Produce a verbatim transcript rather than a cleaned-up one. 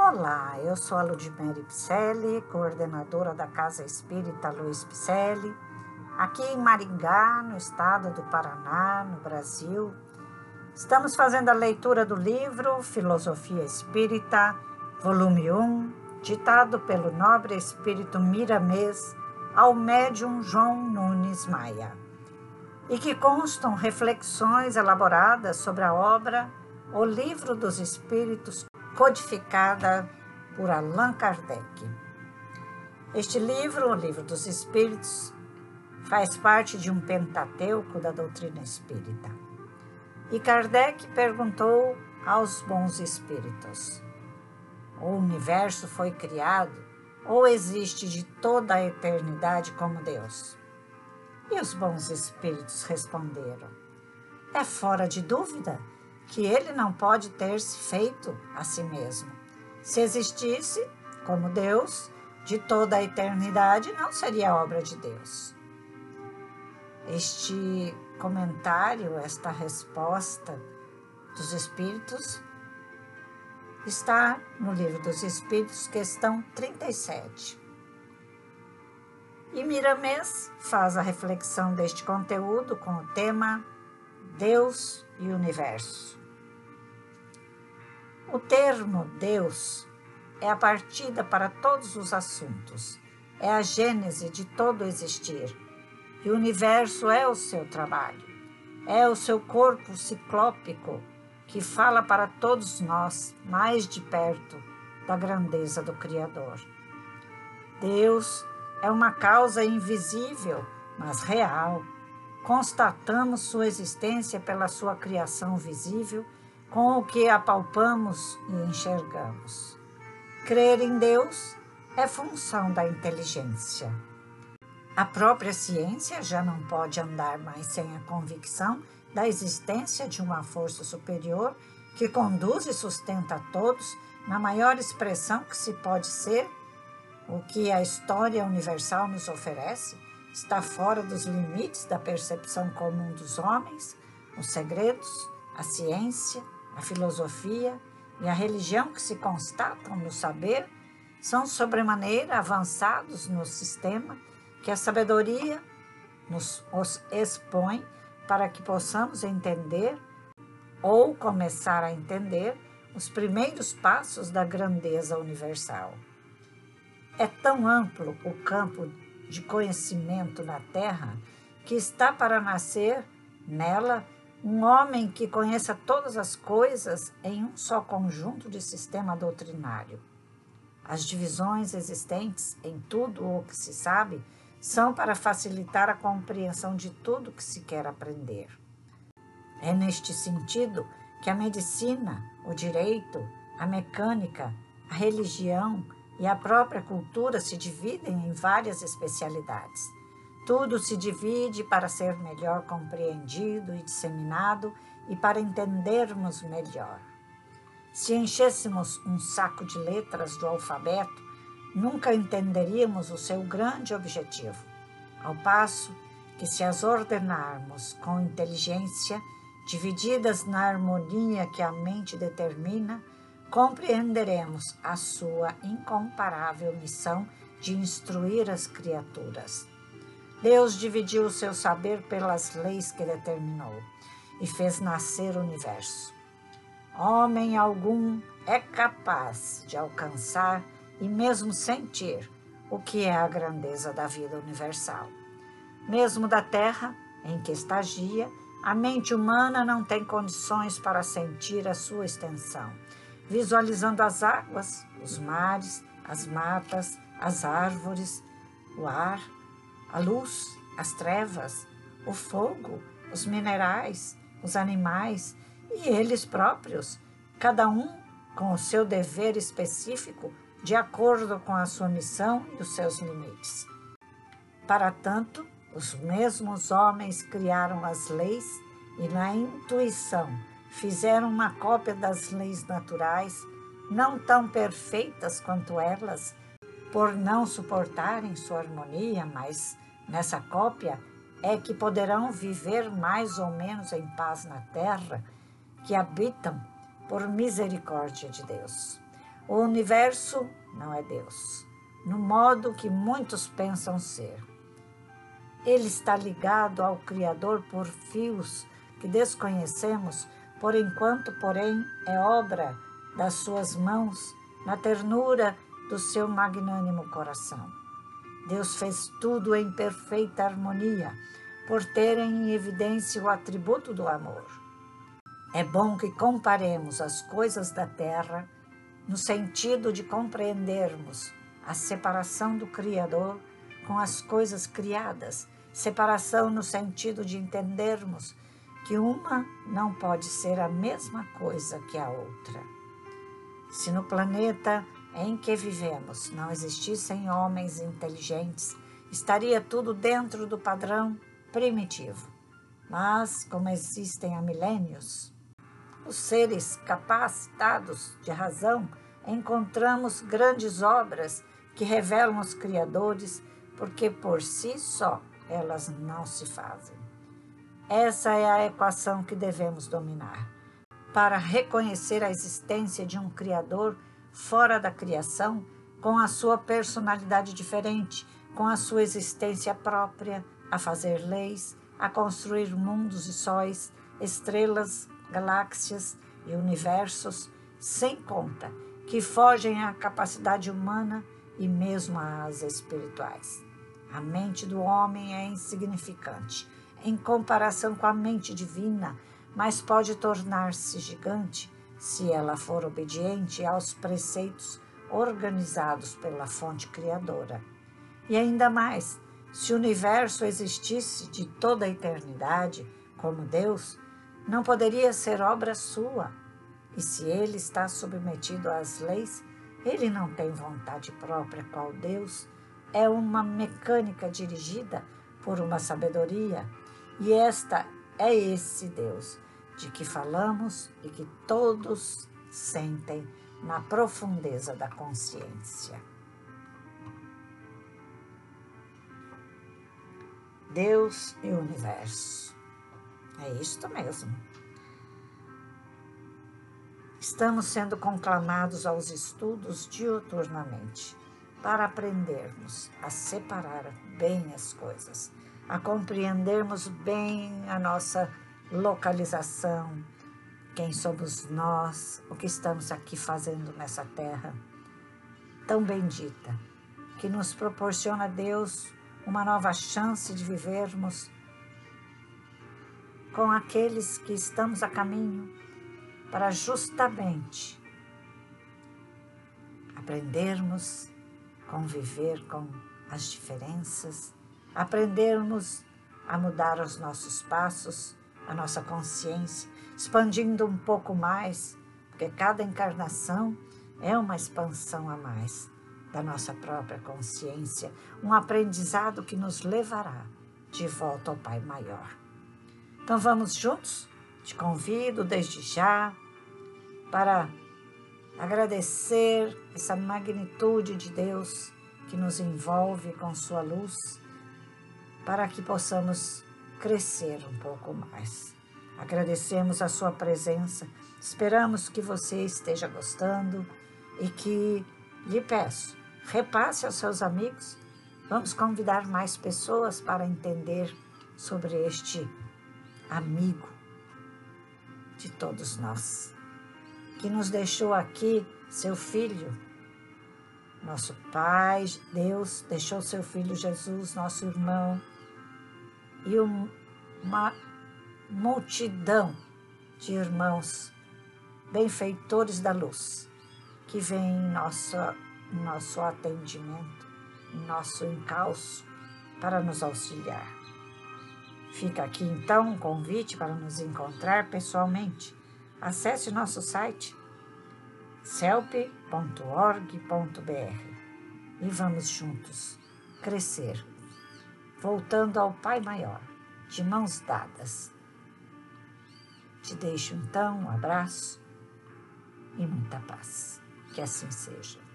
Olá, eu sou a Ludmere Picelli, coordenadora da Casa Espírita Luiz Picelli, aqui em Maringá, no estado do Paraná, no Brasil. Estamos fazendo a leitura do livro Filosofia Espírita, volume um, ditado pelo nobre espírito miramês ao médium João Nunes Maia, e que constam reflexões elaboradas sobre a obra O Livro dos Espíritos, codificada por Allan Kardec. Este livro, O Livro dos Espíritos, faz parte de um pentateuco da doutrina espírita. E Kardec perguntou aos bons espíritos: o universo foi criado ou existe de toda a eternidade como Deus? E os bons espíritos responderam: é fora de dúvida que ele não pode ter se feito a si mesmo. Se existisse como Deus, de toda a eternidade, não seria obra de Deus. Este comentário, esta resposta dos Espíritos, está no Livro dos Espíritos, questão trinta e sete. E Miramês faz a reflexão deste conteúdo com o tema Deus e Universo. O termo Deus é a partida para todos os assuntos, é a gênese de todo existir, e o universo é o seu trabalho, é o seu corpo ciclópico que fala para todos nós mais de perto da grandeza do Criador. Deus é uma causa invisível, mas real. Constatamos sua existência pela sua criação visível, com o que apalpamos e enxergamos. Crer em Deus é função da inteligência. A própria ciência já não pode andar mais sem a convicção da existência de uma força superior que conduz e sustenta a todos na maior expressão que se pode ser. O que a história universal nos oferece está fora dos limites da percepção comum dos homens. Os segredos, a ciência, a filosofia e a religião que se constatam no saber são sobremaneira avançados no sistema que a sabedoria nos os expõe para que possamos entender ou começar a entender os primeiros passos da grandeza universal. É tão amplo o campo de conhecimento na Terra que está para nascer nela um homem que conheça todas as coisas em um só conjunto de sistema doutrinário. As divisões existentes em tudo o que se sabe são para facilitar a compreensão de tudo que se quer aprender. É neste sentido que a medicina, o direito, a mecânica, a religião e a própria cultura se dividem em várias especialidades. Tudo se divide para ser melhor compreendido e disseminado e para entendermos melhor. Se enchêssemos um saco de letras do alfabeto, nunca entenderíamos o seu grande objetivo, ao passo que, se as ordenarmos com inteligência, divididas na harmonia que a mente determina, compreenderemos a sua incomparável missão de instruir as criaturas. Deus dividiu o seu saber pelas leis que determinou e fez nascer o universo. Homem algum é capaz de alcançar e mesmo sentir o que é a grandeza da vida universal. Mesmo da terra em que estagia, a mente humana não tem condições para sentir a sua extensão, visualizando as águas, os mares, as matas, as árvores, o ar, a luz, as trevas, o fogo, os minerais, os animais e eles próprios, cada um com o seu dever específico, de acordo com a sua missão e os seus limites. Para tanto, os mesmos homens criaram as leis e, na intuição, fizeram uma cópia das leis naturais, não tão perfeitas quanto elas, por não suportarem sua harmonia, mas nessa cópia é que poderão viver mais ou menos em paz na terra, que habitam por misericórdia de Deus. O universo não é Deus, no modo que muitos pensam ser. Ele está ligado ao Criador por fios que desconhecemos, por enquanto, porém, é obra das suas mãos, na ternura do seu magnânimo coração. Deus fez tudo em perfeita harmonia, por terem em evidência o atributo do amor. É bom que comparemos as coisas da terra no sentido de compreendermos a separação do Criador com as coisas criadas, separação no sentido de entendermos que uma não pode ser a mesma coisa que a outra. Se no planeta em que vivemos não existissem homens inteligentes, estaria tudo dentro do padrão primitivo. Mas, como existem há milênios, os seres capacitados de razão, encontramos grandes obras que revelam os criadores, porque por si só elas não se fazem. Essa é a equação que devemos dominar, para reconhecer a existência de um Criador fora da criação, com a sua personalidade diferente, com a sua existência própria, a fazer leis, a construir mundos e sóis, estrelas, galáxias e universos, sem conta, que fogem à capacidade humana e mesmo às espirituais. A mente do homem é insignificante em comparação com a mente divina, mas pode tornar-se gigante se ela for obediente aos preceitos organizados pela fonte criadora. E ainda mais, se o universo existisse de toda a eternidade, como Deus, não poderia ser obra sua. E se ele está submetido às leis, ele não tem vontade própria, qual Deus é uma mecânica dirigida por uma sabedoria, e esta é esse Deus de que falamos e que todos sentem na profundeza da consciência. Deus e o universo. É isto mesmo. Estamos sendo conclamados aos estudos diuturnamente para aprendermos a separar bem as coisas, a compreendermos bem a nossa localização, quem somos nós, o que estamos aqui fazendo nessa terra tão bendita, que nos proporciona Deus uma nova chance de vivermos com aqueles que estamos a caminho para justamente aprendermos a conviver com as diferenças, aprendermos a mudar os nossos passos, a nossa consciência, expandindo um pouco mais, porque cada encarnação é uma expansão a mais da nossa própria consciência, um aprendizado que nos levará de volta ao Pai Maior. Então vamos juntos? Te convido desde já para agradecer essa magnitude de Deus que nos envolve com sua luz, para que possamos crescer um pouco mais. Agradecemos a sua presença, esperamos que você esteja gostando e que, lhe peço, repasse aos seus amigos. Vamos convidar mais pessoas para entender sobre este amigo de todos nós, que nos deixou aqui seu Filho, nosso Pai, Deus, deixou seu Filho Jesus, nosso irmão, e um, uma multidão de irmãos, benfeitores da luz, que vêm em nosso, em nosso atendimento, em nosso encalço, para nos auxiliar. Fica aqui então um convite para nos encontrar pessoalmente. Acesse nosso site celp ponto org ponto br e vamos juntos crescer, voltando ao Pai Maior, de mãos dadas. Te deixo então um abraço e muita paz. Que assim seja.